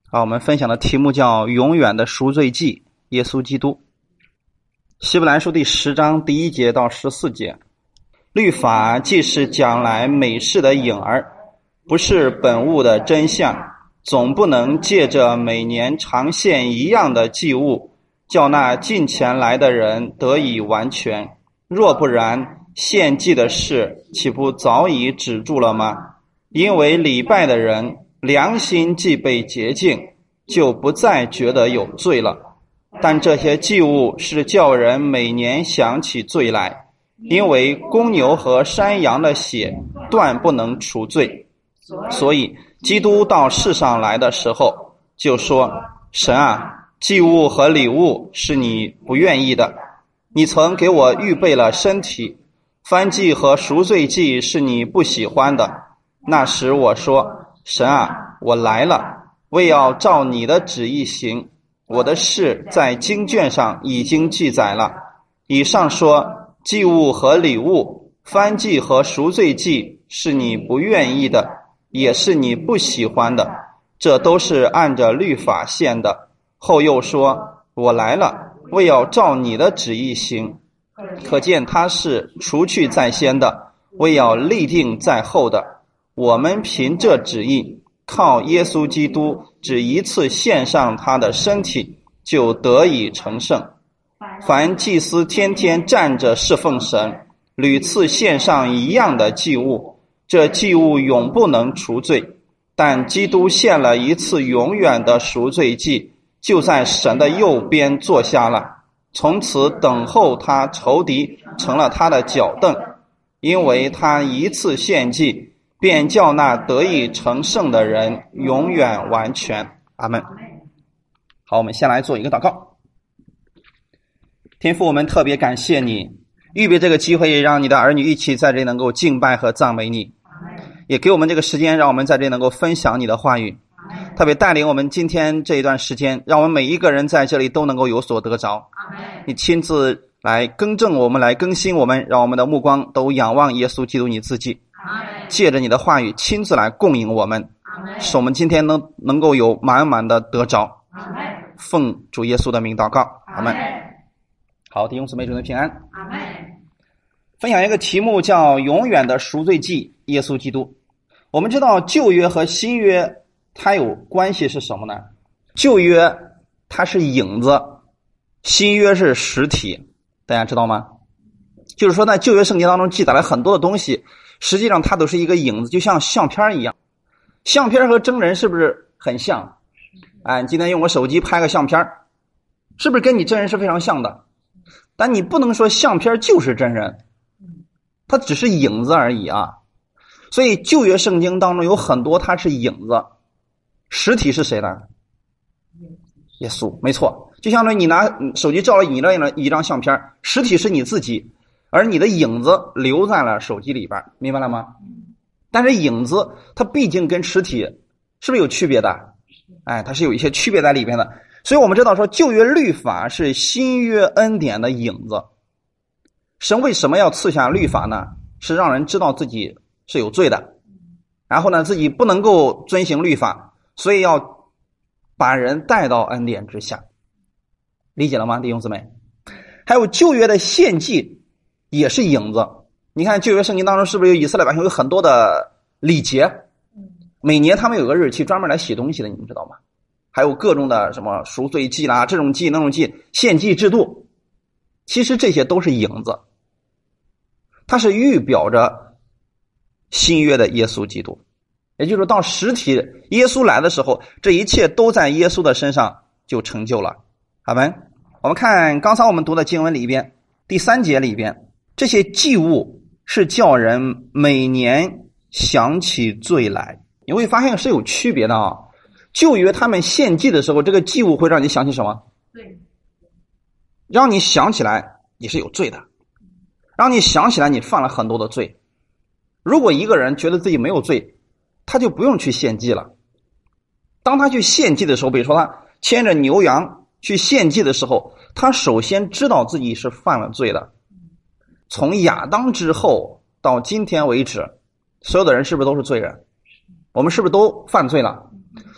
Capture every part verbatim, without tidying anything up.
好，我们分享的题目叫永远的赎罪祭，耶稣基督。希伯来书第十章第一节到十四节，律法既是将来美事的影儿，不是本物的真相，总不能借着每年常献一样的祭物，叫那近前来的人得以完全。若不然，献祭的事岂不早已止住了吗？因为礼拜的人良心既被洁净，就不再觉得有罪了。但这些祭物是叫人每年想起罪来，因为公牛和山羊的血断不能除罪。所以基督到世上来的时候就说，神啊，祭物和礼物是你不愿意的，你曾给我预备了身体，燔祭和赎罪祭是你不喜欢的。那时我说，神啊，我来了，为要照你的旨意行。我的事在经卷上已经记载了。以上说，祭物和礼物，燔祭和赎罪祭是你不愿意的，也是你不喜欢的，这都是按着律法献的。后又说，我来了，为要照你的旨意行。可见他是除去在先的，为要立定在后的。我们凭这旨意，靠耶稣基督只一次献上他的身体，就得以成圣。凡祭司天天站着侍奉神，屡次献上一样的祭物，这祭物永不能除罪。但基督献了一次永远的赎罪祭，就在神的右边坐下了，从此等候他仇敌成了他的脚凳。因为他一次献祭，便叫那得以成圣的人永远完全。阿们。好，我们先来做一个祷告。天父，我们特别感谢你预备这个机会，让你的儿女一起在这里能够敬拜和赞美你，也给我们这个时间，让我们在这里能够分享你的话语，特别带领我们今天这一段时间，让我们每一个人在这里都能够有所得着。你亲自来更正我们，来更新我们，让我们的目光都仰望耶稣基督你自己，借着你的话语亲自来供应我们，使我们今天能能够有满满的得着。奉主耶稣的名祷告，阿们。好，弟兄姊妹，祝你平安。 阿们。 分享一个题目叫永远的赎罪祭，耶稣基督。我们知道旧约和新约它有关系是什么呢？旧约它是影子，新约是实体，大家知道吗？就是说呢，旧约圣经当中记载了很多的东西，实际上它都是一个影子，就像相片一样。相片和真人是不是很像？哎，你今天用个手机拍个相片，是不是跟你真人是非常像的？但你不能说相片就是真人，它只是影子而已啊。所以旧约圣经当中有很多它是影子，实体是谁呢？耶稣，没错。就相当于你拿手机照了你的一张相片，实体是你自己，而你的影子留在了手机里边，明白了吗？但是影子它毕竟跟实体是不是有区别的？哎，它是有一些区别在里边的。所以我们知道说，旧约律法是新约恩典的影子。神为什么要赐下律法呢？是让人知道自己是有罪的，然后呢自己不能够遵行律法，所以要把人带到恩典之下。理解了吗，弟兄姊妹？还有旧约的献祭也是影子。你看旧约圣经当中是不是有以色列百姓有很多的礼节，每年他们有个日期专门来洗东西的，你们知道吗？还有各种的什么赎罪祭啦，这种祭那种祭，献祭制度，其实这些都是影子，它是预表着新约的耶稣基督。也就是到实体耶稣来的时候，这一切都在耶稣的身上就成就了。阿们。我们看刚才我们读的经文里边第三节里边，这些祭物是叫人每年想起罪来。你会发现是有区别的啊。旧约他们献祭的时候，这个祭物会让你想起什么？ 对， 让你想起来你是有罪的，让你想起来你犯了很多的罪。如果一个人觉得自己没有罪，他就不用去献祭了。当他去献祭的时候，比如说他牵着牛羊去献祭的时候，他首先知道自己是犯了罪的。从亚当之后到今天为止，所有的人是不是都是罪人？我们是不是都犯罪了？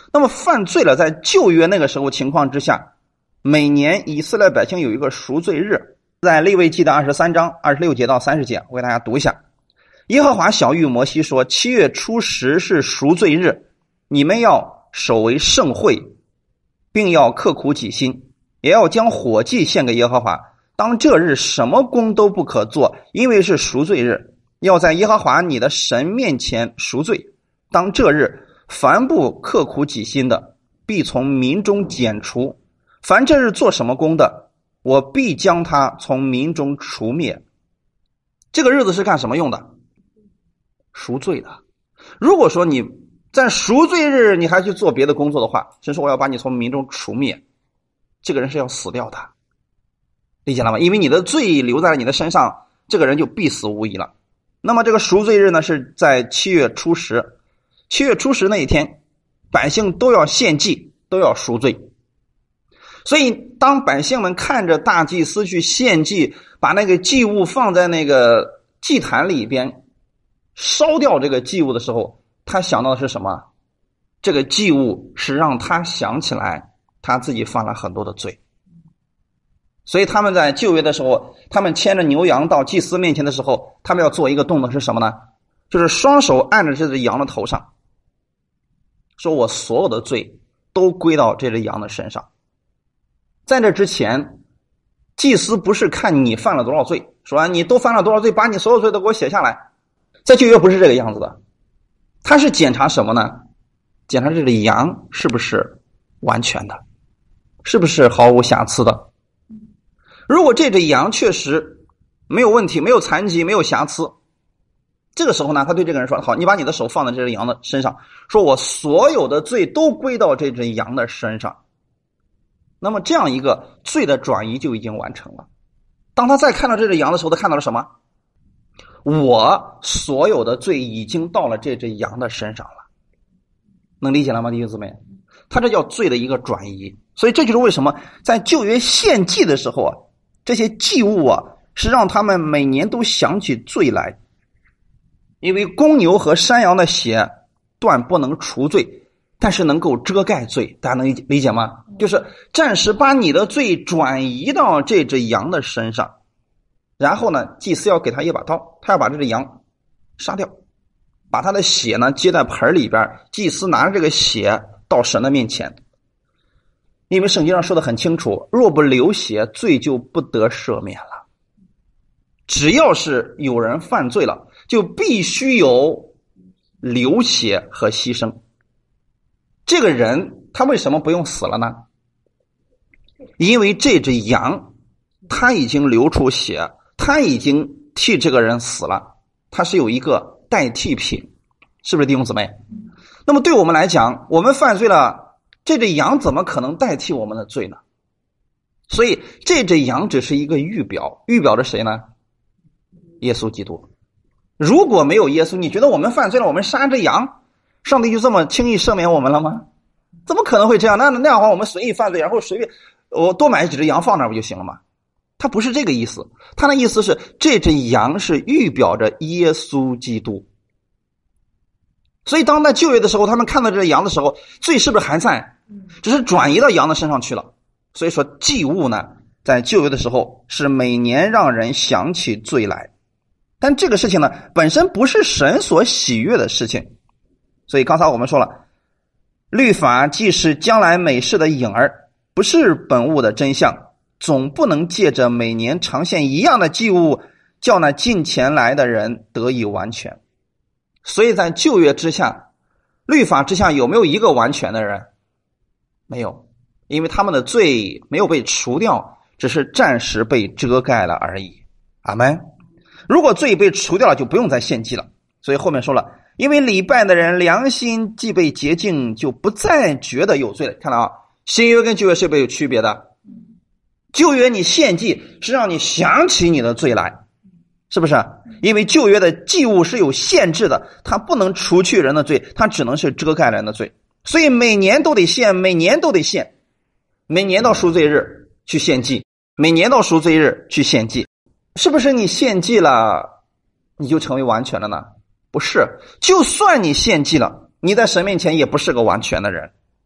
那么犯罪了，在旧约那个时候情况之下，每年以色列百姓有一个赎罪日，在利未记的二十三章二十六节到三十节，我给大家读一下。耶和华晓谕摩西说，七月初十是赎罪日，你们要守为圣会，并要刻苦己心，也要将火祭献给耶和华。当这日什么工都不可做，因为是赎罪日，要在耶和华你的神面前赎罪。当这日凡不刻苦己心的，必从民中剪除；凡这日做什么工的，我必将他从民中除灭。这个日子是干什么用的？赎罪的。如果说你在赎罪日你还去做别的工作的话，神说我要把你从民中除灭，这个人是要死掉的，理解了吗？因为你的罪留在了你的身上，这个人就必死无疑了。那么这个赎罪日呢，是在七月初十，七月初十那一天，百姓都要献祭，都要赎罪。所以当百姓们看着大祭司去献祭，把那个祭物放在那个祭坛里边烧掉这个祭物的时候，他想到的是什么？这个祭物是让他想起来他自己犯了很多的罪。所以他们在旧约的时候，他们牵着牛羊到祭司面前的时候，他们要做一个动作是什么呢？就是双手按着这只羊的头上，说我所有的罪都归到这只羊的身上。在这之前，祭司不是看你犯了多少罪，说你都犯了多少罪，把你所有罪都给我写下来。在旧约不是这个样子的，他是检查什么呢？检查这只羊是不是完全的，是不是毫无瑕疵的。如果这只羊确实没有问题，没有残疾，没有瑕疵，这个时候呢，他对这个人说，好，你把你的手放在这只羊的身上，说我所有的罪都归到这只羊的身上。那么这样一个罪的转移就已经完成了。当他再看到这只羊的时候，他看到了什么？我所有的罪已经到了这只羊的身上了。能理解了吗，弟兄姊妹？他这叫罪的一个转移。所以这就是为什么在旧约献祭的时候啊，这些祭物啊是让他们每年都想起罪来。因为公牛和山羊的血断不能除罪，但是能够遮盖罪，大家能理解吗？就是暂时把你的罪转移到这只羊的身上，然后呢，祭司要给他一把刀，他要把这只羊杀掉，把他的血呢接在盆里边，祭司拿着这个血到神的面前。因为圣经上说的很清楚，若不流血，罪就不得赦免了。只要是有人犯罪了，就必须有流血和牺牲。这个人他为什么不用死了呢？因为这只羊他已经流出血，他已经替这个人死了，他是有一个代替品，是不是弟兄姊妹？那么对我们来讲，我们犯罪了，这只羊怎么可能代替我们的罪呢？所以这只羊只是一个预表，预表着谁呢？耶稣基督。如果没有耶稣，你觉得我们犯罪了，我们杀只羊，上帝就这么轻易赦免我们了吗？怎么可能会这样？那那样的话，我们随意犯罪，然后随便我多买几只羊放那儿不就行了吗？他不是这个意思，他的意思是这只羊是预表着耶稣基督。所以当在旧约的时候，他们看到这只羊的时候，罪是不是还在？只是转移到羊的身上去了。所以说祭物呢，在旧约的时候是每年让人想起罪来。但这个事情呢，本身不是神所喜悦的事情。所以刚才我们说了，律法既是将来美事的影儿，不是本物的真相，总不能借着每年常献一样的祭物，叫那近前来的人得以完全。所以在旧约之下，律法之下有没有一个完全的人？没有，因为他们的罪没有被除掉，只是暂时被遮盖了而已。阿们。如果罪被除掉了，就不用再献祭了。所以后面说了，因为礼拜的人良心既被洁净，就不再觉得有罪了。看到啊，新约跟旧约是不是有区别的？旧约你献祭是让你想起你的罪来，是不是？因为旧约的祭物是有限制的，它不能除去人的罪，它只能是遮盖人的罪。所以每年都得献，每年都得献，每年到赎罪日去献祭，每年到赎罪日去献祭。是不是你献祭了你就成为完全了呢？不是，就算你献祭了，你在神面前也不是个完全的人。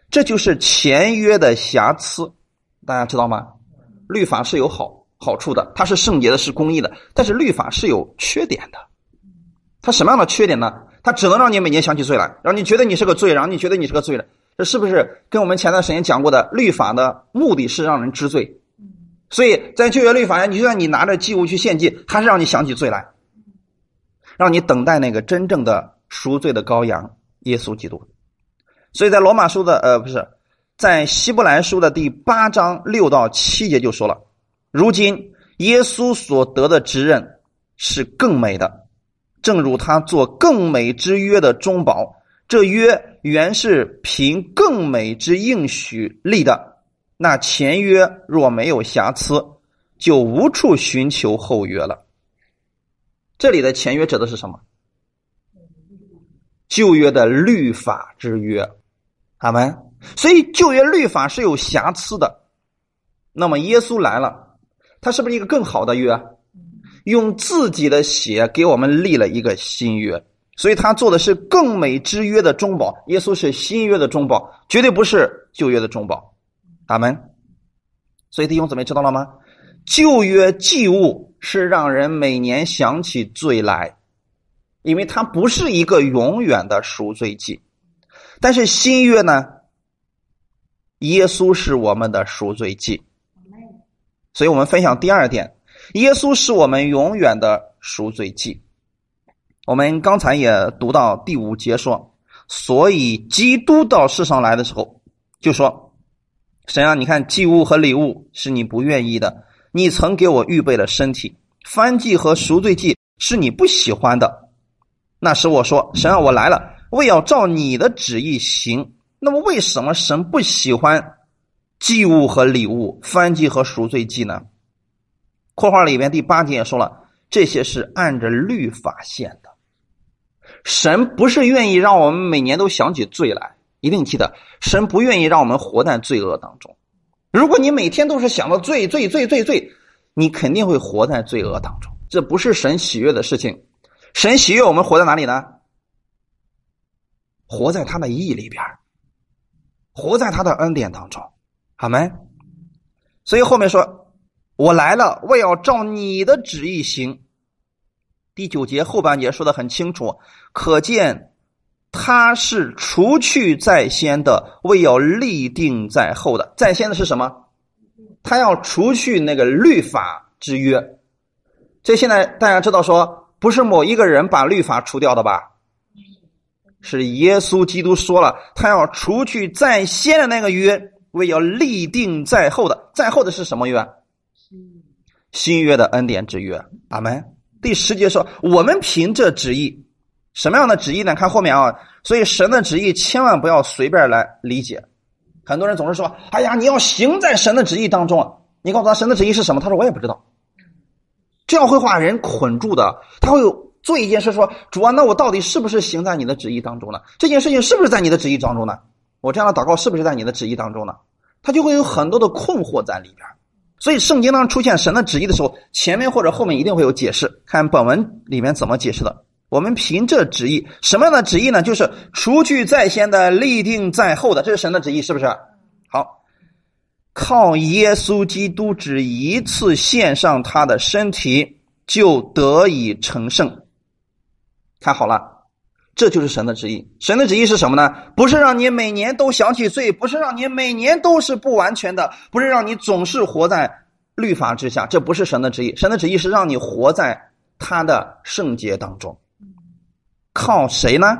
这就是前约的瑕疵，大家知道吗？律法是有好好处的，它是圣洁的，是公义的，但是律法是有缺点的。它什么样的缺点呢？它只能让你每年想起罪来，让你觉得你是个罪人，让你觉得你是个罪人。这是不是跟我们前段时间讲过的律法的目的是让人知罪？所以在旧约律法下，你就算你拿着祭物去献祭，还是让你想起罪来，让你等待那个真正的赎罪的羔羊耶稣基督。所以在罗马书的呃不是在希伯来书的第八章六到七节就说了，如今耶稣所得的职任是更美的，正如他做更美之约的中保，这约原是凭更美之应许立的，那前约若没有瑕疵，就无处寻求后约了。这里的前约指的是什么？旧约的律法之约。阿们。所以旧约律法是有瑕疵的，那么耶稣来了，他是不是一个更好的约？用自己的血给我们立了一个新约，所以他做的是更美之约的中保。耶稣是新约的中保，绝对不是旧约的中保。阿们。所以弟兄姊妹知道了吗？旧约祭物是让人每年想起罪来，因为它不是一个永远的赎罪祭。但是新约呢，耶稣是我们的赎罪祭。所以我们分享第二点，耶稣是我们永远的赎罪祭。我们刚才也读到第五节说，所以基督到世上来的时候就说，神啊，你看祭物和礼物是你不愿意的，你曾给我预备了身体，燔祭和赎罪祭是你不喜欢的。那时我说，神啊，我来了，为要照你的旨意行。那么为什么神不喜欢祭物和礼物，燔祭和赎罪祭呢？括号里面第八节也说了，这些是按着律法献的。神不是愿意让我们每年都想起罪来，一定记得，神不愿意让我们活在罪恶当中。如果你每天都是想到罪罪罪罪罪，你肯定会活在罪恶当中，这不是神喜悦的事情。神喜悦我们活在哪里呢？活在他的义里边，活在他的恩典当中。阿们。所以后面说，我来了，为要照你的旨意行。第九节后半节说得很清楚，可见他是除去在先的，为要立定在后的。在先的是什么？他要除去那个律法之约。这现在大家知道说，不是某一个人把律法除掉的吧？是耶稣基督说了，他要除去在先的那个约，为要立定在后的。在后的是什么约？新约的恩典之约。阿们。第十节说，我们凭这旨意，什么样的旨意呢？看后面啊，所以神的旨意千万不要随便来理解。很多人总是说，哎呀，你要行在神的旨意当中啊。你告诉他神的旨意是什么，他说我也不知道。这样会把人捆住的。他会做一件事说，主啊，那我到底是不是行在你的旨意当中呢？这件事情是不是在你的旨意当中呢？我这样的祷告是不是在你的旨意当中呢？他就会有很多的困惑在里边。所以圣经当中出现神的旨意的时候，前面或者后面一定会有解释，看本文里面怎么解释的。我们凭这旨意，什么样的旨意呢？就是除去在先的，立定在后的，这是神的旨意，是不是？好，靠耶稣基督只一次献上他的身体，就得以成圣。看好了，这就是神的旨意。神的旨意是什么呢？不是让你每年都想起罪，不是让你每年都是不完全的，不是让你总是活在律法之下，这不是神的旨意。神的旨意是让你活在他的圣洁当中。靠谁呢？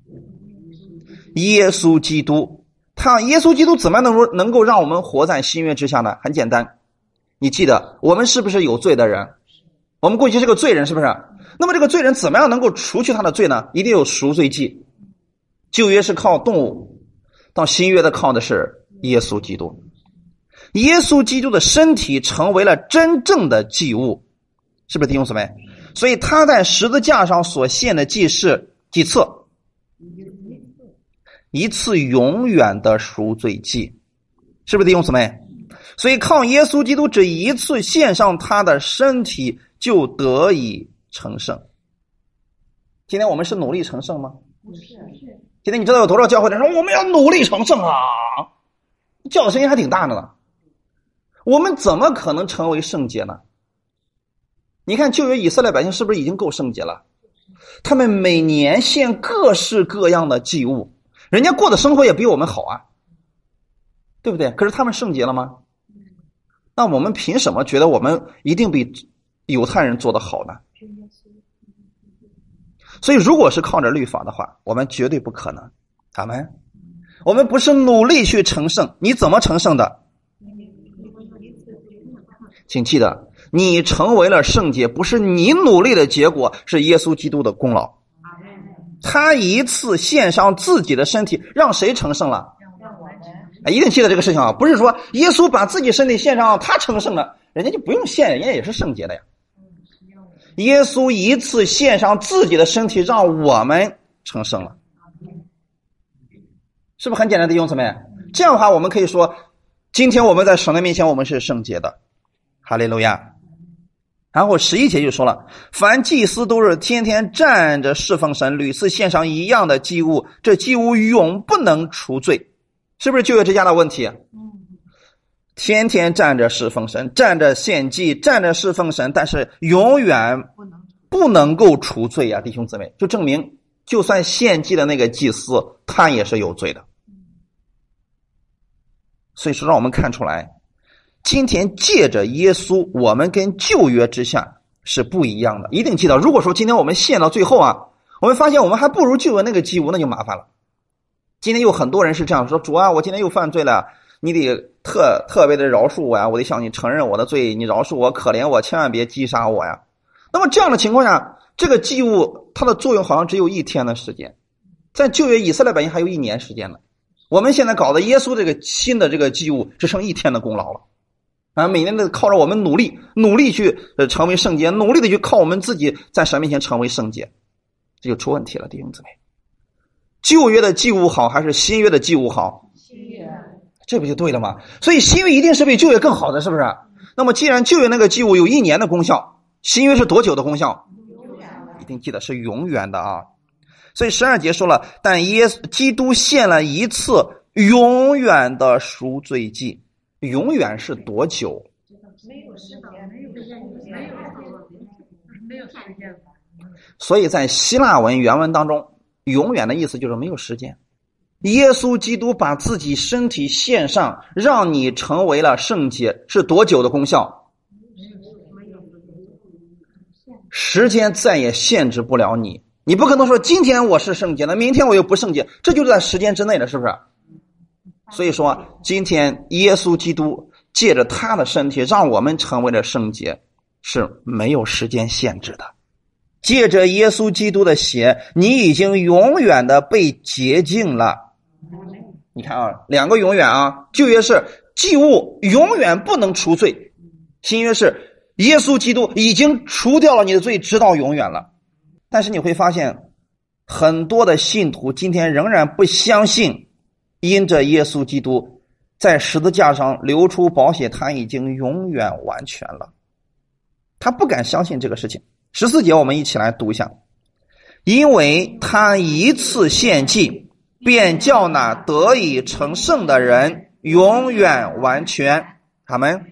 耶稣基督。他耶稣基督怎么能够能够让我们活在新约之下呢？很简单，你记得我们是不是有罪的人？我们过去是个罪人，是不是？那么这个罪人怎么样能够除去他的罪呢？一定有赎罪祭。旧约是靠动物，到新约的靠的是耶稣基督。耶稣基督的身体成为了真正的祭物，是不是弟兄姊妹？所以他在十字架上所献的祭是几次？一次永远的赎罪祭，是不是弟兄姊妹？所以靠耶稣基督只一次献上他的身体，就得以成圣。今天我们是努力成圣吗？ 不是， 今天你知道有多少教会的人说我们要努力成圣啊，叫的声音还挺大的呢。我们怎么可能成为圣洁呢？你看旧约以色列百姓是不是已经够圣洁了？他们每年献各式各样的祭物，人家过的生活也比我们好啊，对不对？可是他们圣洁了吗？那我们凭什么觉得我们一定比犹太人做得好呢？所以如果是靠着律法的话，我们绝对不可能。阿们。我们不是努力去成圣，你怎么成圣的？请记得，你成为了圣洁不是你努力的结果，是耶稣基督的功劳。他一次献上自己的身体，让谁成圣了？一定记得这个事情啊！不是说耶稣把自己身体献上，他成圣了，人家就不用献，人家也是圣洁的呀。耶稣一次献上自己的身体，让我们成圣了，是不是很简单的弟兄姊妹？这样的话，我们可以说，今天我们在神的面前，我们是圣洁的。哈利路亚。然后十一节就说了，凡祭司都是天天站着侍奉神，屡次献上一样的祭物，这祭物永不能除罪。是不是旧约之家的问题？天天站着侍奉神，站着献祭，站着侍奉神，但是永远不能够除罪啊，弟兄姊妹，就证明就算献祭的那个祭司他也是有罪的。所以说让我们看出来，今天借着耶稣，我们跟旧约之下是不一样的。一定记得，如果说今天我们献到最后啊，我们发现我们还不如旧约那个祭物，那就麻烦了。今天有很多人是这样说，主啊，我今天又犯罪了，你得特特别的饶恕我呀，我得向你承认我的罪，你饶恕我，可怜我，千万别击杀我呀。那么这样的情况下，这个祭物它的作用好像只有一天的时间，在旧约以色列百姓还有一年时间呢。我们现在搞的耶稣这个新的这个祭物只剩一天的功劳了啊！每年的靠着我们努力努力去呃成为圣洁，努力的去靠我们自己在神面前成为圣洁，这就出问题了，弟兄姊妹。旧约的祭物好还是新约的祭物好？新约，这不就对了吗？所以新约一定是比旧约更好的，是不是？那么既然旧约那个祭物有一年的功效，新约是多久的功效？一定记得是永远的啊！所以十二节说了，但耶稣基督献了一次永远的赎罪祭，永远是多久？没有时间，没有时间，没有时间。所以在希腊文原文当中，永远的意思就是没有时间。耶稣基督把自己身体献上，让你成为了圣洁，是多久的功效？时间再也限制不了你，你不可能说今天我是圣洁的，明天我又不圣洁，这就是在时间之内的，是不是？所以说今天耶稣基督借着他的身体让我们成为了圣洁，是没有时间限制的。借着耶稣基督的血，你已经永远的被洁净了。你看啊，两个永远啊，旧约是祭物永远不能除罪，新约是耶稣基督已经除掉了你的罪，直到永远了。但是你会发现，很多的信徒今天仍然不相信，因着耶稣基督在十字架上流出宝血，他已经永远完全了。他不敢相信这个事情。十四节我们一起来读一下，因为他一次献祭，便叫那得以成圣的人永远完全。阿们。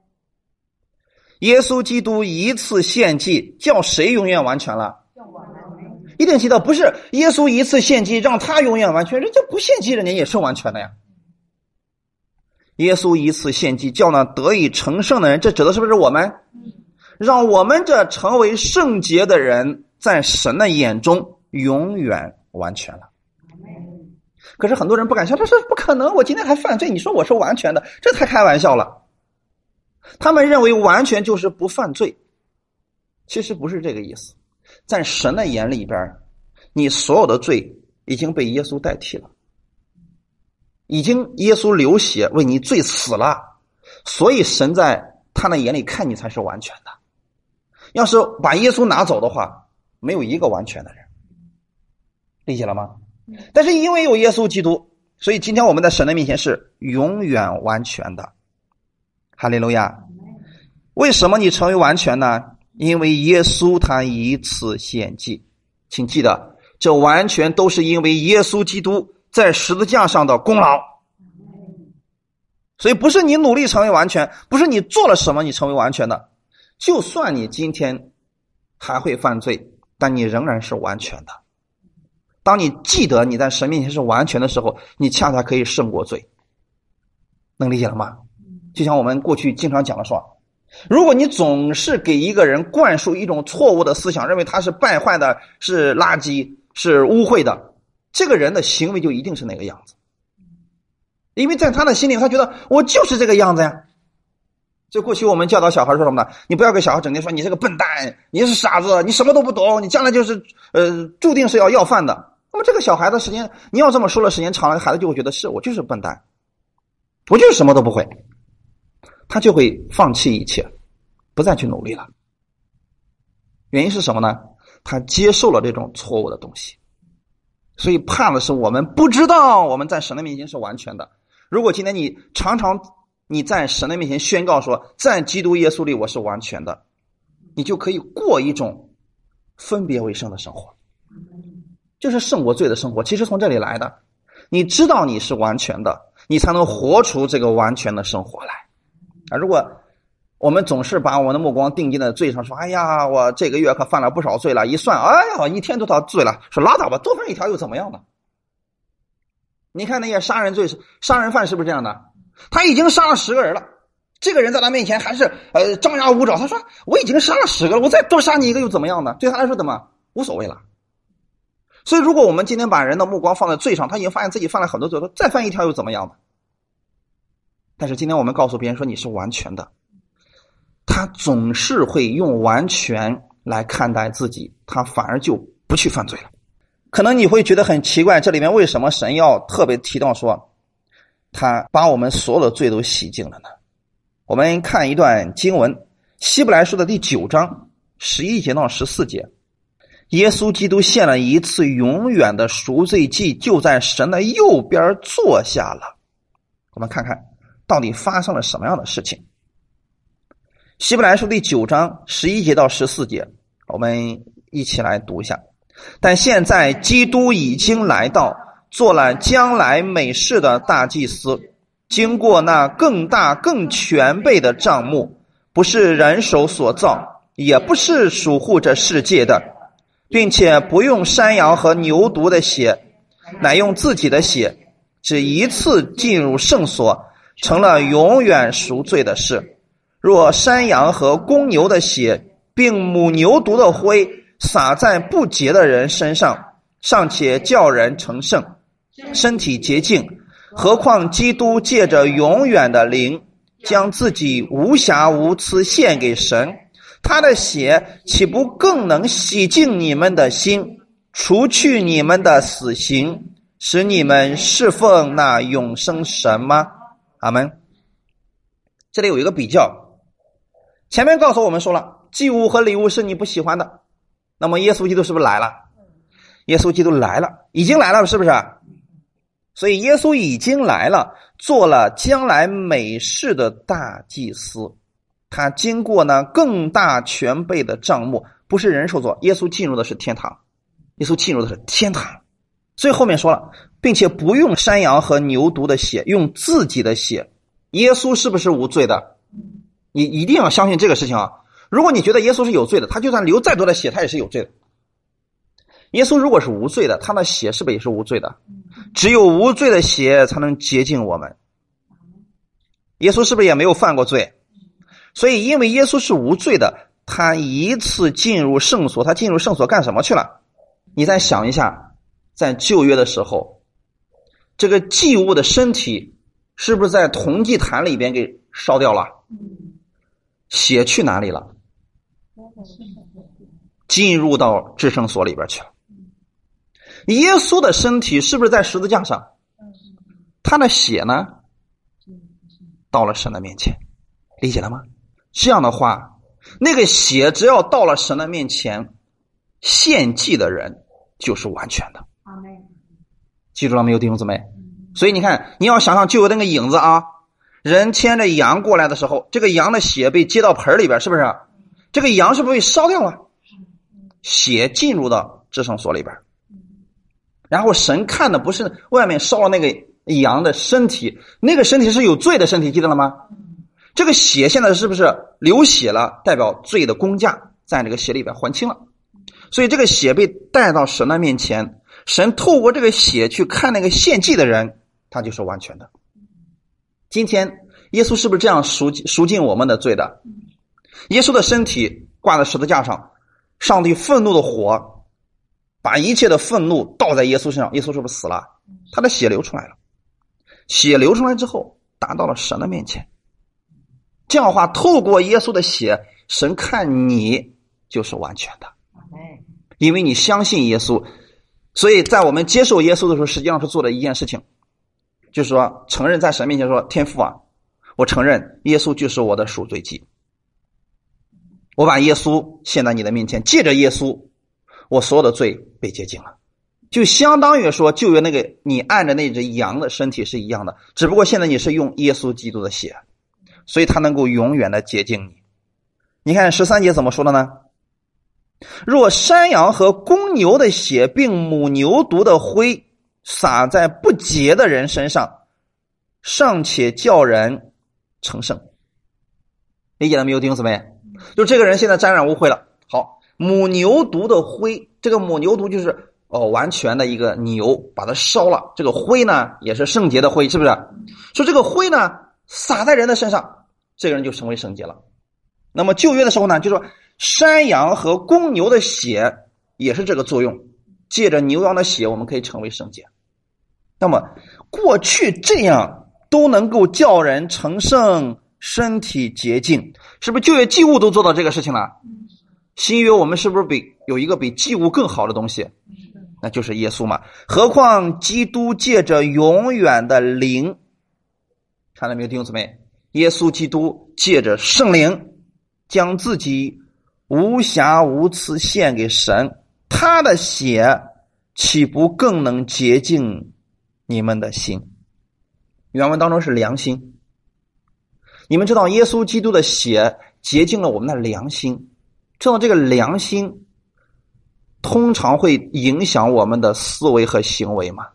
耶稣基督一次献祭，叫谁永远完全了？一定记得，不是耶稣一次献祭让他永远完全，人家不献祭人家也是完全的呀。耶稣一次献祭叫那得以成圣的人，这指的是不是我们？让我们这成为圣洁的人在神的眼中永远完全了。可是很多人不敢相信，这是不可能，我今天还犯罪，你说我是完全的，这太开玩笑了。他们认为完全就是不犯罪，其实不是这个意思。在神的眼里边，你所有的罪已经被耶稣代替了，已经耶稣流血为你罪死了，所以神在他的眼里看你才是完全的。要是把耶稣拿走的话，没有一个完全的人，理解了吗？但是因为有耶稣基督，所以今天我们在神的面前是永远完全的。哈利路亚。为什么你成为完全呢？因为耶稣他一次献祭。请记得， 这完全都是因为耶稣基督在十字架上的功劳。所以不是你努力成为完全，不是你做了什么你成为完全的，就算你今天还会犯罪，但你仍然是完全的。当你记得你在神面前是完全的时候，你恰恰可以胜过罪。能理解了吗？就像我们过去经常讲的说，如果你总是给一个人灌输一种错误的思想，认为他是败坏的，是垃圾，是污秽的，这个人的行为就一定是那个样子。因为在他的心里，他觉得我就是这个样子呀。就过去我们教导小孩说什么呢？你不要给小孩整天说你是个笨蛋，你是傻子，你什么都不懂，你将来就是呃注定是要要饭的。那么这个小孩的时间，你要这么说了，时间长了，孩子就会觉得是我就是笨蛋，我就是什么都不会，他就会放弃一切，不再去努力了。原因是什么呢？他接受了这种错误的东西。所以怕的是我们不知道我们在神的面前是完全的。如果今天你常常你在神的面前宣告说，在基督耶稣里我是完全的，你就可以过一种分别为圣的生活，就是胜过罪的生活。其实从这里来的，你知道你是完全的，你才能活出这个完全的生活来啊！如果我们总是把我们的目光定睛在罪上，说哎呀我这个月可犯了不少罪了，一算哎呀一天都到罪了，说拉倒吧，多犯一条又怎么样呢？你看那些杀人罪杀人犯是不是这样的？他已经杀了十个人了，这个人在他面前还是呃张牙舞爪，他说我已经杀了十个了，我再多杀你一个又怎么样呢？对他来说怎么无所谓了。所以如果我们今天把人的目光放在罪上，他已经发现自己犯了很多罪，再犯一条又怎么样呢？但是今天我们告诉别人说你是完全的，他总是会用完全来看待自己，他反而就不去犯罪了。可能你会觉得很奇怪，这里面为什么神要特别提到说他把我们所有的罪都洗净了呢？我们看一段经文，希伯来书的第九章十一节到十四节，耶稣基督献了一次永远的赎罪祭，就在神的右边坐下了。我们看看到底发生了什么样的事情。希伯来书第九章十一节到十四节，我们一起来读一下。但现在基督已经来到，做了将来美事的大祭司，经过那更大更全备的帐幕，不是人手所造，也不是属乎这世界的，并且不用山羊和牛犊的血，乃用自己的血，只一次进入圣所，成了永远赎罪的事。若山羊和公牛的血并母牛犊的灰洒在不洁的人身上，尚且叫人成圣，身体洁净，何况基督借着永远的灵将自己无瑕无疵献给神，他的血岂不更能洗净你们的心，除去你们的死刑，使你们侍奉那永生神吗？阿们。这里有一个比较，前面告诉我们说了，祭物和礼物是你不喜欢的，那么耶稣基督是不是来了？耶稣基督来了，已经来了，是不是？所以耶稣已经来了，做了将来美事的大祭司，他经过呢更大全备的帐幕，不是人手做，耶稣进入的是天堂，耶稣进入的是天堂。所以后面说了，并且不用山羊和牛犊的血，用自己的血。耶稣是不是无罪的？你一定要相信这个事情啊！如果你觉得耶稣是有罪的，他就算流再多的血，他也是有罪的。耶稣如果是无罪的，他的血是不是也是无罪的？只有无罪的血才能洁净我们。耶稣是不是也没有犯过罪？所以因为耶稣是无罪的，他一次进入圣所，他进入圣所干什么去了？你再想一下，在旧约的时候，这个祭物的身体是不是在铜祭坛里边给烧掉了？血去哪里了？进入到至圣所里边去了。耶稣的身体是不是在十字架上？他的血呢？到了神的面前，理解了吗？这样的话，那个血只要到了神的面前，献祭的人就是完全的。记住了没有，弟兄姊妹？所以你看，你要想想就有那个影子啊，人牵着羊过来的时候，这个羊的血被接到盆里边，是不是？这个羊是不是被烧掉了？血进入到至圣所里边。 然后神看的不是外面烧了那个羊的身体，那个身体是有罪的身体，记得了吗？这个血现在是不是流血了，代表罪的工价在这个血里边还清了，所以这个血被带到神的面前，神透过这个血去看那个献祭的人，他就是完全的。今天耶稣是不是这样赎赎尽我们的罪的？耶稣的身体挂在十字架上，上帝愤怒的火把一切的愤怒倒在耶稣身上，耶稣是不是死了？他的血流出来了，血流出来之后达到了神的面前。这样的话，透过耶稣的血，神看你就是完全的，因为你相信耶稣。所以在我们接受耶稣的时候，实际上是做了一件事情，就是说承认在神面前说，天父啊，我承认耶稣就是我的赎罪祭，我把耶稣献在你的面前，借着耶稣我所有的罪被洁净了。就相当于说旧约那个你按着那只羊的身体是一样的，只不过现在你是用耶稣基督的血，所以他能够永远的洁净你。你看十三节怎么说的呢？若山羊和公牛的血并母牛犊的灰洒在不洁的人身上，尚且叫人成圣。理解了没有，弟兄姊妹？就这个人现在沾染污秽了，好，母牛犊的灰，这个母牛犊就是哦完全的一个牛，把它烧了，这个灰呢也是圣洁的灰，是不是？说这个灰呢洒在人的身上，这个人就成为圣洁了。那么旧约的时候呢，就说山羊和公牛的血也是这个作用，借着牛羊的血我们可以成为圣洁。那么过去这样都能够叫人成圣，身体洁净，是不是旧约祭物都做到这个事情了？新约我们是不是比有一个比祭物更好的东西？那就是耶稣嘛。何况基督借着永远的灵，看到没有弟兄姊妹？耶稣基督借着圣灵将自己无瑕无疵献给神，他的血岂不更能洁净你们的心？原文当中是良心。你们知道耶稣基督的血洁净了我们的良心，知道这个良心通常会影响我们的思维和行为吗？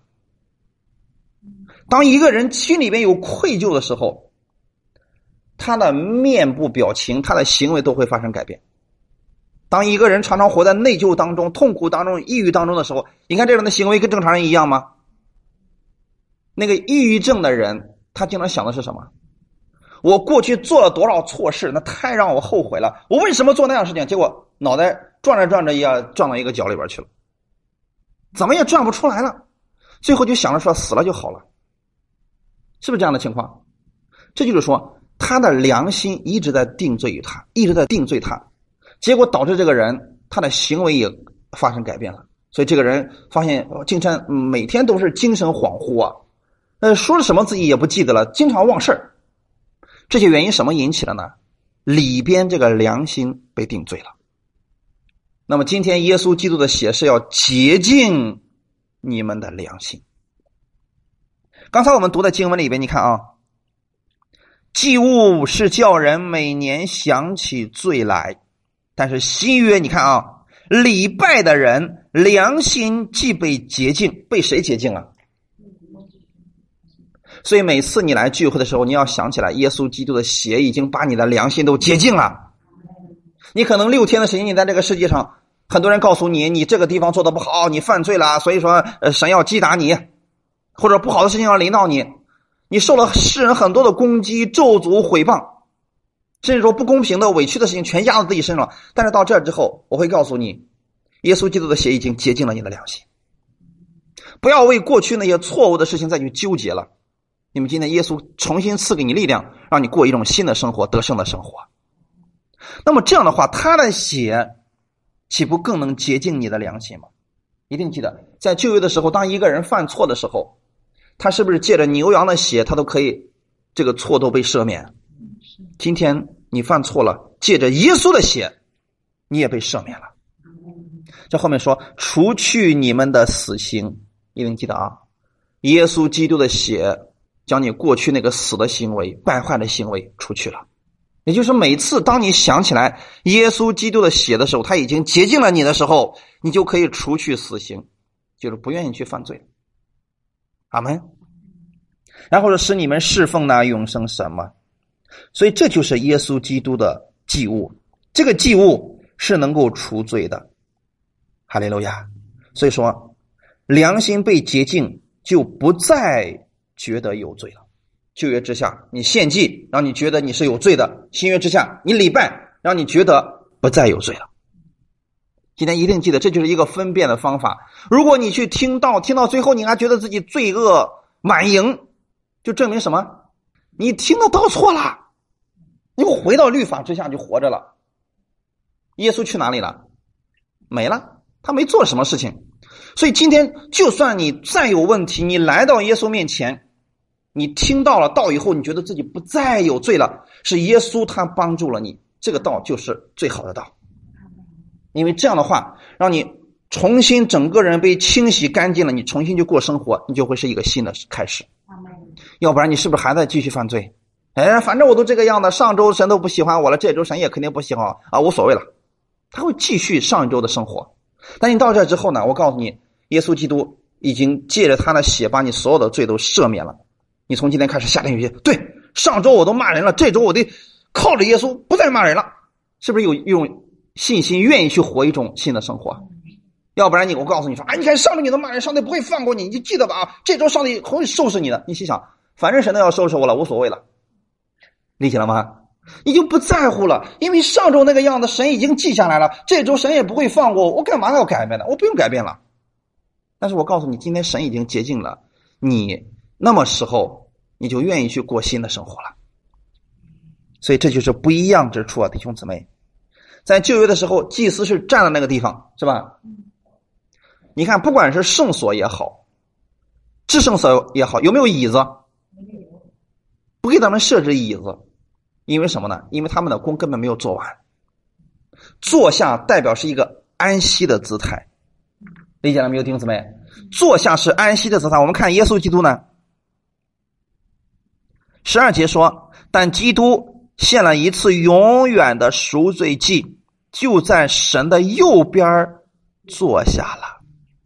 当一个人心里边有愧疚的时候，他的面部表情，他的行为都会发生改变。当一个人常常活在内疚当中、痛苦当中、抑郁当中的时候，你看这样的行为跟正常人一样吗？那个抑郁症的人，他经常想的是什么？我过去做了多少错事，那太让我后悔了，我为什么做那样的事情？结果脑袋转着转着也转到一个角里边去了，怎么也转不出来了，最后就想着说死了就好了，是不是这样的情况？这就是说他的良心一直在定罪于他，一直在定罪他，结果导致这个人他的行为也发生改变了。所以这个人发现经常每天都是精神恍惚啊，呃，说了什么自己也不记得了，经常忘事儿。这些原因什么引起的呢？里边这个良心被定罪了。那么今天耶稣基督的血是要洁净你们的良心。刚才我们读的经文里边，你看啊，祭物是叫人每年想起罪来，但是新约你看啊，礼拜的人良心既被洁净，被谁洁净了？所以每次你来聚会的时候，你要想起来耶稣基督的血已经把你的良心都洁净了。你可能六天的时间你在这个世界上，很多人告诉你你这个地方做得不好，你犯罪了，所以说呃神要击打你，或者不好的事情要临到你，你受了世人很多的攻击、咒诅、毁谤，甚至说不公平的委屈的事情全压在自己身上。但是到这之后，我会告诉你，耶稣基督的血已经洁净了你的良心。不要为过去那些错误的事情再去纠结了，因为今天耶稣重新赐给你力量，让你过一种新的生活，得胜的生活。那么这样的话，他的血岂不更能洁净你的良心吗？一定记得，在旧约的时候，当一个人犯错的时候，他是不是借着牛羊的血，他都可以这个错都被赦免？今天你犯错了，借着耶稣的血，你也被赦免了。这后面说除去你们的死刑，一定记得啊，耶稣基督的血将你过去那个死的行为、败坏的行为除去了。也就是每次当你想起来耶稣基督的血的时候，他已经洁净了你的时候，你就可以除去死刑， 就是不愿意去犯罪。阿们。然后是使你们侍奉那永生神嘛。所以这就是耶稣基督的祭物，这个祭物是能够除罪的。哈利路亚。所以说良心被洁净，就不再觉得有罪了。旧约之下你献祭让你觉得你是有罪的，新约之下你礼拜让你觉得不再有罪了。今天一定记得，这就是一个分辨的方法。如果你去听到听到最后你还觉得自己罪恶满盈，就证明什么？你听得到错了，你回到律法之下就活着了。耶稣去哪里了？没了，他没做什么事情。所以今天就算你再有问题，你来到耶稣面前，你听到了道以后，你觉得自己不再有罪了，是耶稣他帮助了你，这个道就是最好的道。因为这样的话让你重新整个人被清洗干净了，你重新去过生活，你就会是一个新的开始。要不然你是不是还在继续犯罪？哎，反正我都这个样的，上周神都不喜欢我了，这周神也肯定不喜欢啊，无所谓了。他会继续上一周的生活。但你到这之后呢，我告诉你，耶稣基督已经借着他的血把你所有的罪都赦免了。你从今天开始下定决心，对，上周我都骂人了，这周我得靠着耶稣不再骂人了，是不是有用信心愿意去活一种新的生活？要不然你我告诉你说，哎，你看上周你都骂人，上帝不会放过你，你就记得吧啊，这周上帝会收拾你的。你心想，反正神都要收拾我了，无所谓了，理解了吗？你就不在乎了，因为上周那个样子神已经记下来了，这周神也不会放过我，我干嘛要改变呢？我不用改变了。但是我告诉你，今天神已经洁净了你，那么时候你就愿意去过新的生活了。所以这就是不一样之处啊，弟兄姊妹。在旧约的时候，祭司是站在那个地方，是吧？你看不管是圣所也好，至圣所也好，有没有椅子？不给他们设置椅子。因为什么呢？因为他们的工根本没有做完。坐下代表是一个安息的姿态，理解了没有，弟兄姊妹？坐下是安息的姿态。我们看耶稣基督呢，十二节说，但基督献了一次永远的赎罪祭，就在神的右边坐下了。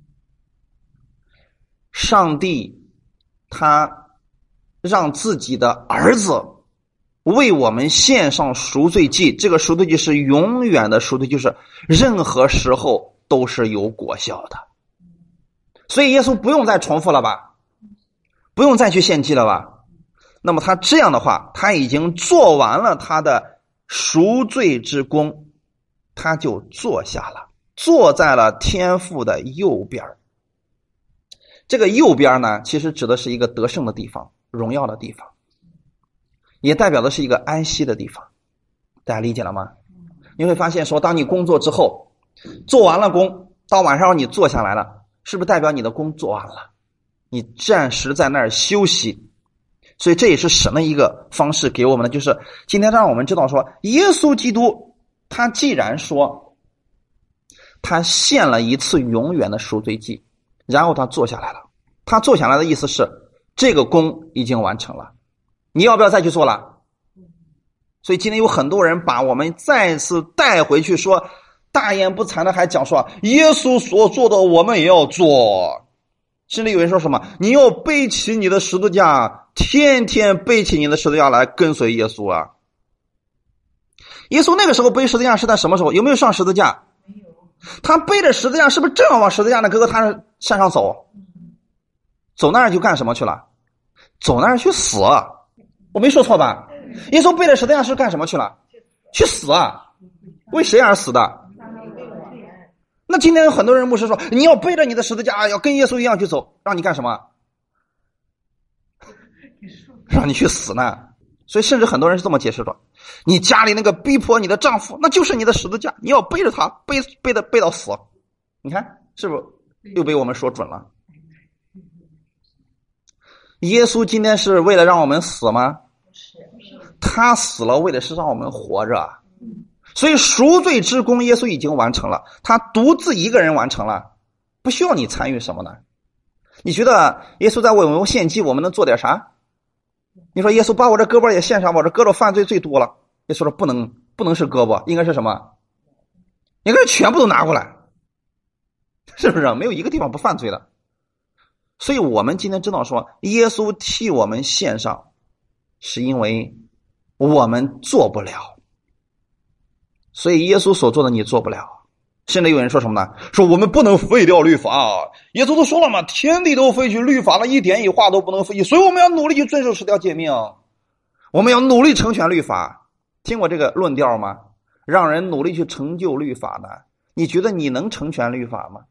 上帝他让自己的儿子为我们献上赎罪祭，这个赎罪祭是永远的赎罪，就是任何时候都是有果效的。所以耶稣不用再重复了吧，不用再去献祭了吧。那么他这样的话，他已经做完了他的赎罪之功，他就坐下了，坐在了天父的右边。这个右边呢，其实指的是一个得胜的地方，荣耀的地方，也代表的是一个安息的地方。大家理解了吗？你会发现说，当你工作之后做完了工，到晚上你坐下来了，是不是代表你的工做完了，你暂时在那儿休息。所以这也是神的一个方式给我们的，就是今天让我们知道说，耶稣基督他既然说他献了一次永远的赎罪祭，然后他坐下来了，他坐下来的意思是这个工已经完成了，你要不要再去做了？所以今天有很多人把我们再次带回去，说大言不惭的还讲说耶稣所做的我们也要做，甚至有人说什么你要背起你的十字架，天天背起你的十字架来跟随耶稣啊。耶稣那个时候背十字架是在什么时候？有没有上十字架？没有。他背着十字架是不是正要往十字架的哥哥他山上走？走那儿就干什么去了？走那儿去死。我没说错吧？耶稣背着十字架是干什么去了？去死啊！为谁而死的？那今天有很多人牧师说你要背着你的十字架，要跟耶稣一样去走，让你干什么？让你去死呢。所以甚至很多人是这么解释的，你家里那个逼迫你的丈夫，那就是你的十字架，你要背着他背背的背到死。你看是不是又被我们说准了？耶稣今天是为了让我们死吗？他死了为的是让我们活着。所以赎罪之功耶稣已经完成了，他独自一个人完成了，不需要你参与什么呢？你觉得耶稣在为我们献祭，我们能做点啥？你说耶稣把我这胳膊也献上，我这胳膊犯罪最多了。耶稣说不能，不能是胳膊，应该是什么？应该是全部都拿过来。 是不是？没有一个地方不犯罪的。所以我们今天知道说，耶稣替我们献上，是因为我们做不了。所以耶稣所做的你做不了。现在有人说什么呢？说我们不能废掉律法，耶稣都说了嘛，天地都废去，律法的一点一画都不能废去，所以我们要努力去遵守十条诫命，我们要努力成全律法。听过这个论调吗？让人努力去成就律法呢？你觉得你能成全律法吗？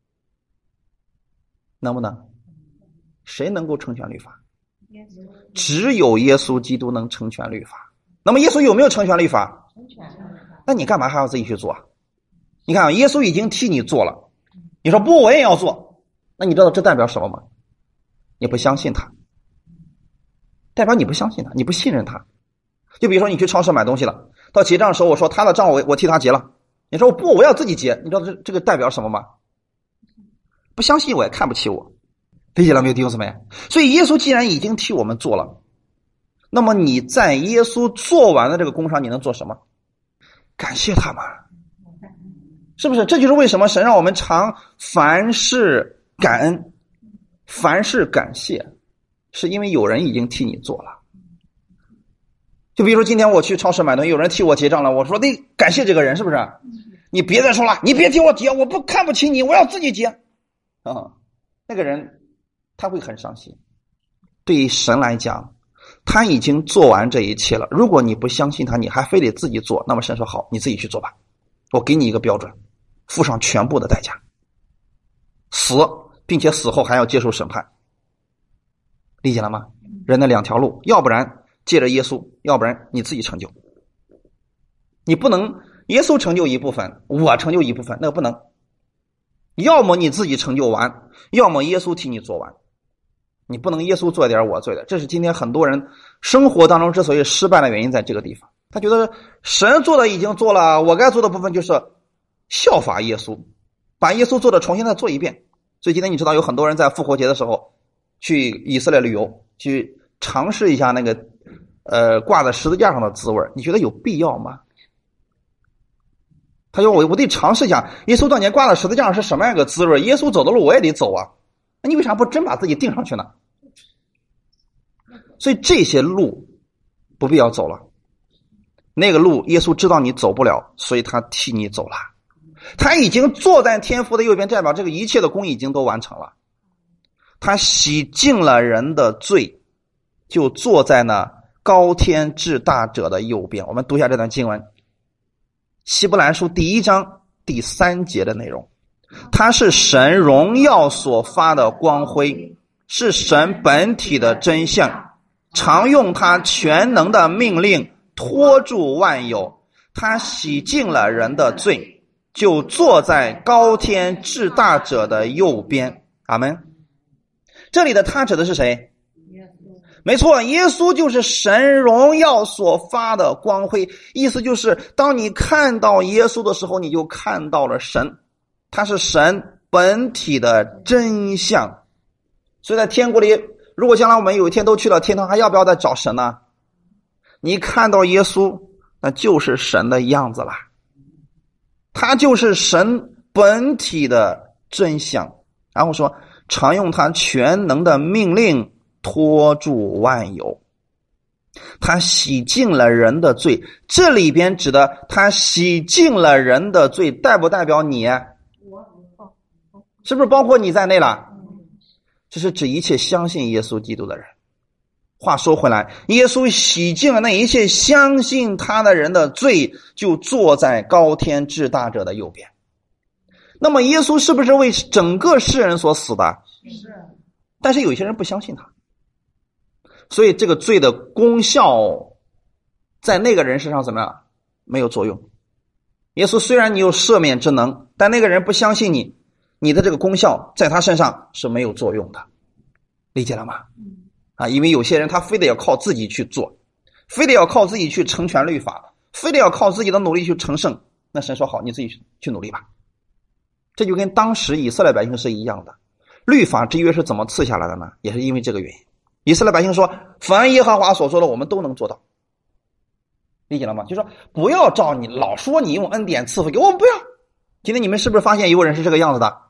能不能？谁能够成全律法？只有耶稣基督能成全律法。那么耶稣有没有成全律法？那你干嘛还要自己去做？你看耶稣已经替你做了，你说不我也要做，那你知道这代表什么吗？你不相信他，代表你不相信他，你不信任他。就比如说你去超市买东西了，到结账的时候我说他的账我我替他结了，你说不我要自己结，你知道这这个代表什么吗？不相信我也看不起我。理解了没有弟兄姊妹？所以耶稣既然已经替我们做了，那么你在耶稣做完的这个工上你能做什么？感谢他嘛，是不是？这就是为什么神让我们常凡事感恩，凡事感谢，是因为有人已经替你做了。就比如说今天我去超市买东西，有人替我结账了，我说得感谢这个人，是不是？你别再说了，你别替我结，我不看不起你，我要自己结啊！那个人他会很伤心。对于神来讲，他已经做完这一切了，如果你不相信他，你还非得自己做，那么神说好，你自己去做吧，我给你一个标准，付上全部的代价，死，并且死后还要接受审判。理解了吗？人的两条路，要不然借着耶稣，要不然你自己成就。你不能耶稣成就一部分，我成就一部分，那个不能。要么你自己成就完，要么耶稣替你做完。你不能耶稣做一点我做一点，这是今天很多人生活当中之所以失败的原因，在这个地方。他觉得神做的已经做了，我该做的部分就是效法耶稣，把耶稣做的重新再做一遍。所以今天你知道有很多人在复活节的时候去以色列旅游，去尝试一下那个呃挂在十字架上的滋味，你觉得有必要吗？他说我我得尝试一下耶稣当年挂在十字架上是什么样一个滋味，耶稣走的路我也得走啊，那你为啥不真把自己钉上去呢？所以这些路不必要走了，那个路耶稣知道你走不了，所以他替你走了。他已经坐在天父的右边，代表这个一切的功已经都完成了。他洗净了人的罪，就坐在那高天至大者的右边。我们读一下这段经文，希伯来书第一章第三节的内容。他是神荣耀所发的光辉，是神本体的真相，常用他全能的命令托住万有。他洗净了人的罪，就坐在高天至大者的右边。阿们。这里的他指的是谁？没错，耶稣就是神荣耀所发的光辉。意思就是当你看到耶稣的时候，你就看到了神，他是神本体的真相。所以在天国里，如果将来我们有一天都去了天堂，还要不要再找神呢？你看到耶稣，那就是神的样子了，他就是神本体的真相。然后说常用他全能的命令托住万有，他洗净了人的罪。这里边指的他洗净了人的罪，代不代表你？是不是包括你在内了？这是指一切相信耶稣基督的人。话说回来，耶稣洗净了那一切相信他的人的罪，就坐在高天至大者的右边。那么耶稣是不是为整个世人所死的？是。但是有些人不相信他，所以这个罪的功效在那个人身上怎么样？没有作用。耶稣虽然你有赦免之能，但那个人不相信你，你的这个功效在他身上是没有作用的。理解了吗？啊，因为有些人他非得要靠自己去做，非得要靠自己去成全律法，非得要靠自己的努力去成圣，那神说好，你自己去努力吧。这就跟当时以色列百姓是一样的。律法之约是怎么赐下来的呢？也是因为这个原因。以色列百姓说凡耶和华所说的我们都能做到。理解了吗？就是说不要照你老说你用恩典赐福给我们，不要。今天你们是不是发现有人是这个样子的？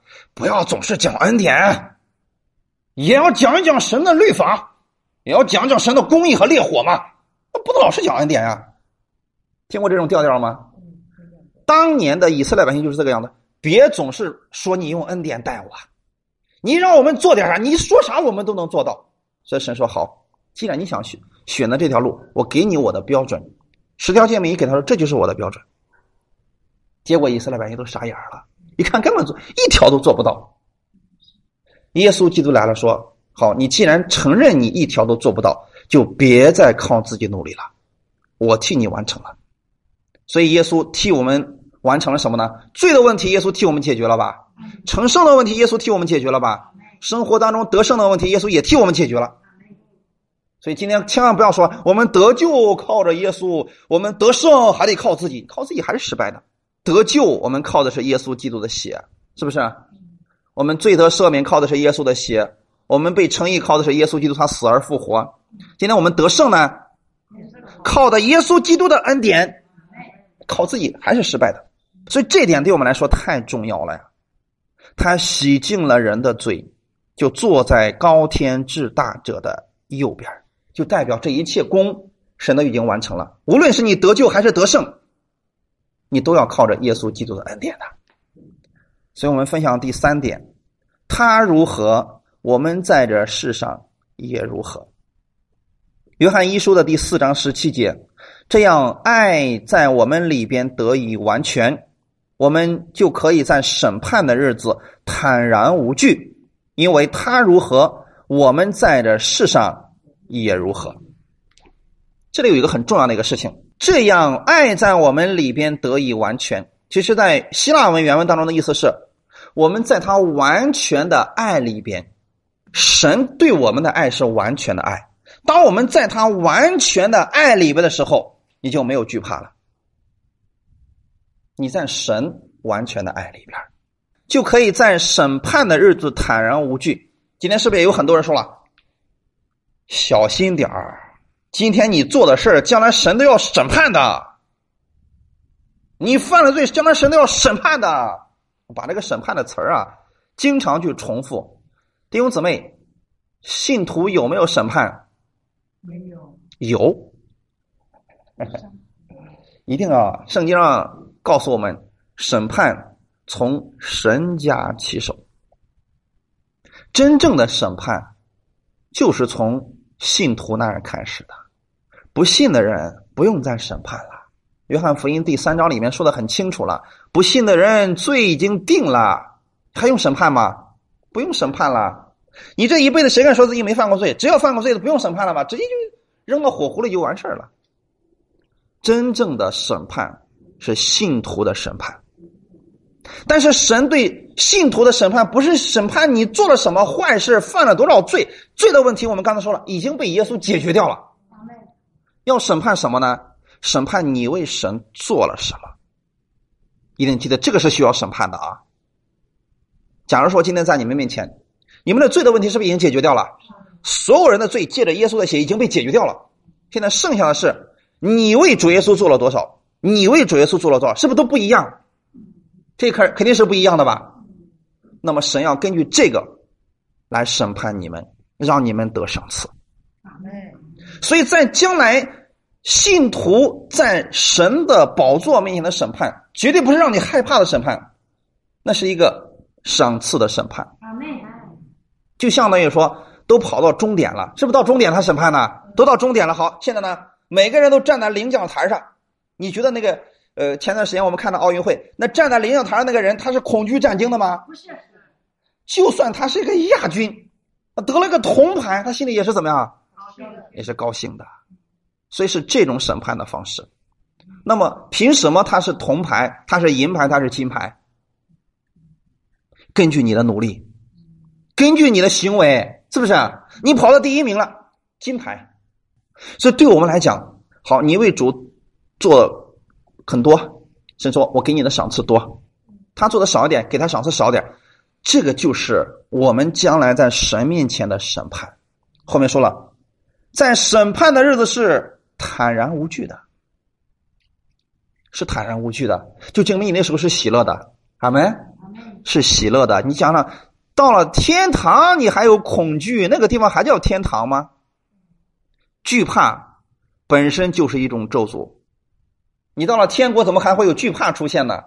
不要总是讲恩典，也要讲一讲神的律法，也要讲讲神的公义和烈火嘛，不能老是讲恩典啊。听过这种调调吗？当年的以色列百姓就是这个样子，别总是说你用恩典待我，你让我们做点啥，你说啥我们都能做到。所以神说好，既然你想选选的这条路，我给你我的标准，十条诫命一给他说这就是我的标准。结果以色列百姓都傻眼了，一看根本做一条都做不到。耶稣基督来了说，好，你既然承认你一条都做不到，就别再靠自己努力了，我替你完成了。所以耶稣替我们完成了什么呢？罪的问题耶稣替我们解决了吧，成圣的问题耶稣替我们解决了吧，生活当中得胜的问题耶稣也替我们解决了。所以今天千万不要说我们得救靠着耶稣，我们得胜还得靠自己，靠自己还是失败的。得救我们靠的是耶稣基督的血，是不是？我们罪得赦免靠的是耶稣的血，我们被称义靠的是耶稣基督他死而复活。今天我们得胜呢，靠的耶稣基督的恩典，靠自己还是失败的。所以这点对我们来说太重要了呀。他洗净了人的罪，就坐在高天至大者的右边，就代表这一切功神都已经完成了。无论是你得救还是得胜，你都要靠着耶稣基督的恩典的。所以我们分享第三点，他如何，我们在这世上也如何。约翰一书的第四章十七节，这样爱在我们里边得以完全，我们就可以在审判的日子坦然无惧，因为他如何，我们在这世上也如何。这里有一个很重要的一个事情，这样爱在我们里边得以完全，其实在希腊文原文当中的意思是，我们在他完全的爱里边，神对我们的爱是完全的爱，当我们在他完全的爱里边的时候，你就没有惧怕了。你在神完全的爱里边，就可以在审判的日子坦然无惧。今天是不是也有很多人说了，小心点儿，今天你做的事儿，将来神都要审判的，你犯了罪，将来神都要审判的。把这个审判的词儿啊经常去重复。弟兄姊妹，信徒有没有审判？ 没有。 有。一定要，圣经上告诉我们，审判从神家起手。真正的审判就是从信徒那儿开始的，不信的人不用再审判了。约翰福音第三章里面说得很清楚了，不信的人罪已经定了，还用审判吗？不用审判了。你这一辈子谁敢说自己没犯过罪？只要犯过罪的不用审判了吧，直接就扔到火湖里就完事了。真正的审判是信徒的审判，但是神对信徒的审判不是审判你做了什么坏事，犯了多少罪，罪的问题我们刚才说了，已经被耶稣解决掉了。要审判什么呢？审判你为神做了什么。一定记得这个是需要审判的啊。假如说今天在你们面前，你们的罪的问题是不是已经解决掉了？所有人的罪借着耶稣的血已经被解决掉了，现在剩下的是你为主耶稣做了多少，你为主耶稣做了多少，是不是都不一样？这肯肯定是不一样的吧。那么神要根据这个来审判你们，让你们得赏赐。所以在将来信徒在神的宝座面前的审判，绝对不是让你害怕的审判，那是一个赏赐的审判。就相当于说都跑到终点了，是不是到终点他审判呢？都到终点了，好，现在呢每个人都站在领奖台上。你觉得那个呃，前段时间我们看到奥运会，那站在领奖台上那个人他是恐惧战惊的吗？ 不是。 就算他是一个亚军，得了个铜牌，他心里也是怎么样？也是高兴的。所以是这种审判的方式。那么凭什么他是铜牌，他是银牌，他是金牌？根据你的努力，根据你的行为，是不是？你跑到第一名了，金牌。所以对我们来讲，好，你为主做很多，神说我给你的赏赐多，他做的少一点，给他赏赐少一点，这个就是我们将来在神面前的审判。后面说了，在审判的日子是坦然无惧的，是坦然无惧的，就证明你那时候是喜乐的。阿们。 是喜乐的。你想想，到了天堂你还有恐惧，那个地方还叫天堂吗？惧怕本身就是一种咒诅，你到了天国怎么还会有惧怕出现呢？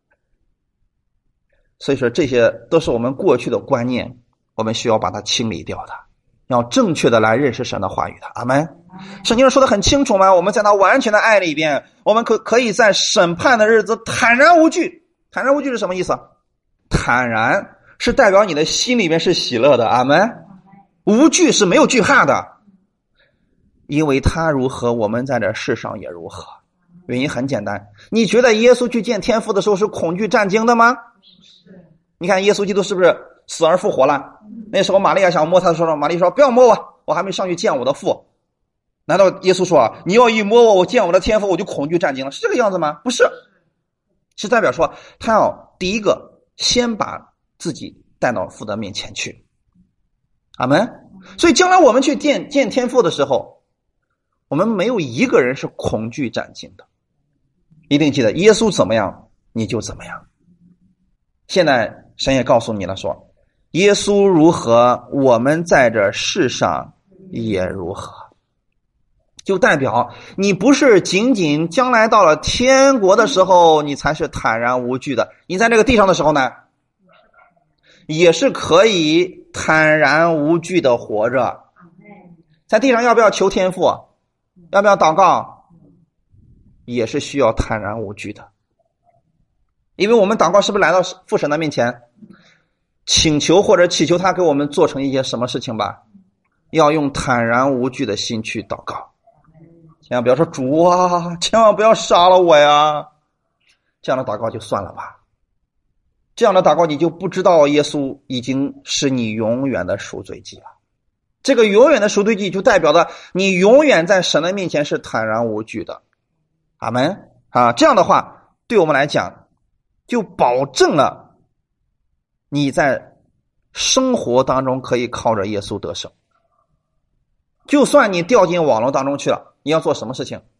所以说这些都是我们过去的观念，我们需要把它清理掉的，要正确的来认识神的话语的。阿们。圣经上说的很清楚吗？我们在他完全的爱里边，我们可可以在审判的日子坦然无惧。坦然无惧是什么意思？坦然是代表你的心里面是喜乐的。阿们。无惧是没有惧怕的，因为他如何，我们在这世上也如何。原因很简单，你觉得耶稣去见天父的时候是恐惧战惊的吗？你看耶稣基督是不是死而复活了？那时候玛利亚想摸他的时候，玛利亚说不要摸我，我还没上去见我的父。难道耶稣说你要一摸我，我见我的天父我就恐惧战惊了？是这个样子吗？不是，是代表说他要第一个先把自己带到父的面前去。阿们。所以将来我们去见见天父的时候，我们没有一个人是恐惧战惊的。一定记得耶稣怎么样你就怎么样。现在神也告诉你了，说耶稣如何，我们在这世上也如何。就代表你不是仅仅将来到了天国的时候你才是坦然无惧的，你在这个地上的时候呢也是可以坦然无惧的活着。在地上要不要求天父，要不要祷告，也是需要坦然无惧的。因为我们祷告是不是来到父神的面前请求或者祈求他给我们做成一些什么事情吧，要用坦然无惧的心去祷告。千万不要说主啊，千万不要杀了我呀，这样的祷告就算了吧。这样的祷告你就不知道耶稣已经是你永远的赎罪祭了。这个永远的赎罪祭就代表着你永远在神的面前是坦然无惧的。阿们啊，这样的话对我们来讲就保证了你在生活当中可以靠着耶稣得胜。就算你掉进网络当中去了，你要做什么事情？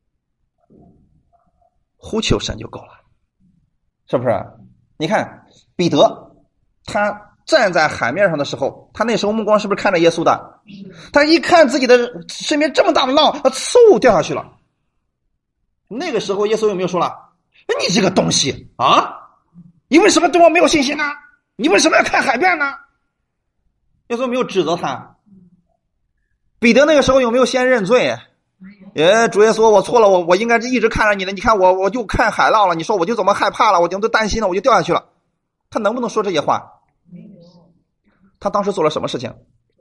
呼求神就够了，是不是？你看彼得他站在海面上的时候，他那时候目光是不是看着耶稣的？他一看自己的身边这么大的浪，他嗖掉下去了。那个时候耶稣有没有说了，你这个东西啊，你为什么对我没有信心呢？你为什么要看海面呢？耶稣没有指责他。彼得那个时候有没有先认罪？哎，主耶稣我错了，我我应该一直看着你的，你看我我就看海浪了，你说我就怎么害怕了，我就都担心了，我就掉下去了。他能不能说这些话？他当时做了什么事情？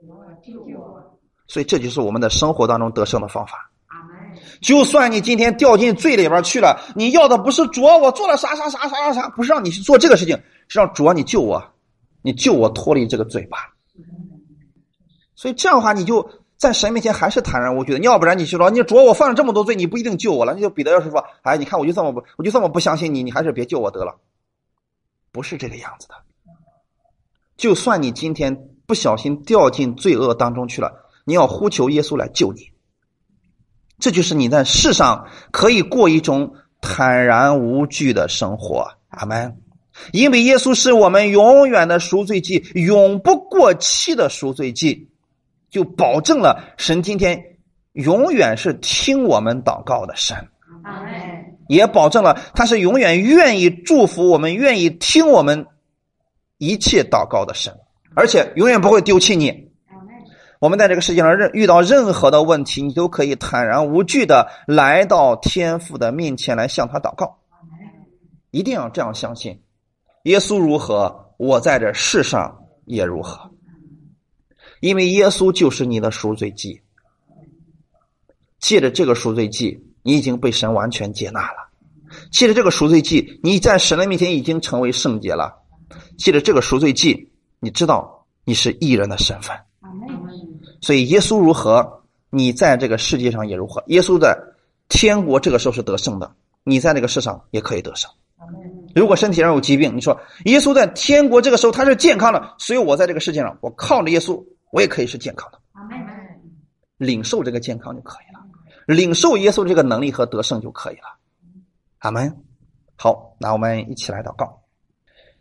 所以这就是我们的生活当中得胜的方法。就算你今天掉进罪里边去了，你要的不是主啊我做了啥啥啥啥啥啥，不是让你去做这个事情，是让主啊你救我，你救我脱离这个罪吧。所以这样的话你就在神面前还是坦然无惧的。要不然你就说你主啊我犯了这么多罪，你不一定救我了。你就彼得要是说哎你看我就这么不我就这么不相信你，你还是别救我得了。不是这个样子的。就算你今天不小心掉进罪恶当中去了，你要呼求耶稣来救你。这就是你在世上可以过一种坦然无惧的生活。阿们。因为耶稣是我们永远的赎罪祭，永不过期的赎罪祭，就保证了神今天永远是听我们祷告的神。阿们。也保证了他是永远愿意祝福我们，愿意听我们一切祷告的神，而且永远不会丢弃你。我们在这个世界上遇到任何的问题，你都可以坦然无惧的来到天父的面前来向他祷告。一定要这样相信，耶稣如何，我在这世上也如何。因为耶稣就是你的赎罪祭，借着这个赎罪祭你已经被神完全接纳了，借着这个赎罪祭你在神的面前已经成为圣洁了，借着这个赎罪祭你知道你是义人的身份。所以耶稣如何，你在这个世界上也如何。耶稣在天国这个时候是得胜的，你在这个世上也可以得胜。如果身体上有疾病，你说耶稣在天国这个时候他是健康的，所以我在这个世界上我靠着耶稣我也可以是健康的。领受这个健康就可以了，领受耶稣这个能力和得胜就可以了。阿们。好，那我们一起来祷告。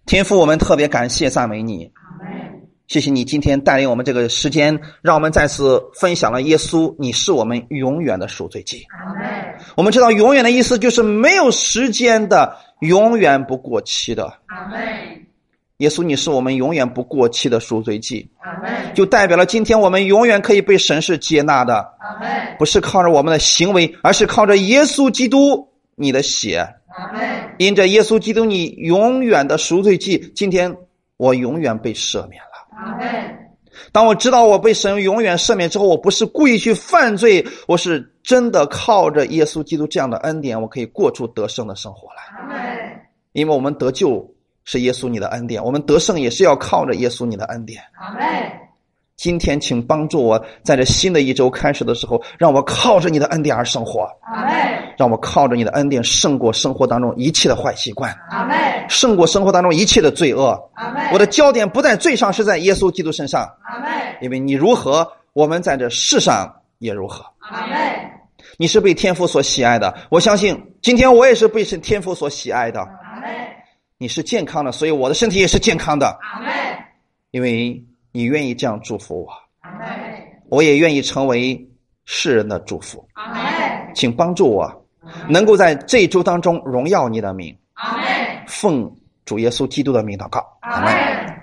天父，我们特别感谢赞美你，谢谢你今天带领我们这个时间，让我们再次分享了耶稣，你是我们永远的赎罪祭。我们知道永远的意思就是没有时间的，永远不过期的。耶稣，你是我们永远不过期的赎罪祭，就代表了今天我们永远可以被神是接纳的，不是靠着我们的行为，而是靠着耶稣基督你的血。因着耶稣基督你永远的赎罪祭，今天我永远被赦免了。当我知道我被神永远赦免之后，我不是故意去犯罪，我是真的靠着耶稣基督这样的恩典，我可以过出得胜的生活来。因为我们得救是耶稣你的恩典，我们得胜也是要靠着耶稣你的恩典。今天请帮助我在这新的一周开始的时候，让我靠着你的恩典而生活，让我靠着你的恩典胜过生活当中一切的坏习惯，胜过生活当中一切的罪恶。我的焦点不在罪上，是在耶稣基督身上，因为你如何，我们在这世上也如何。你是被天父所喜爱的，我相信今天我也是被天父所喜爱的。你是健康的，所以我的身体也是健康的，因为你愿意这样祝福我，我也愿意成为世人的祝福。请帮助我能够在这一周当中荣耀你的名，奉主耶稣基督的名祷告，阿们。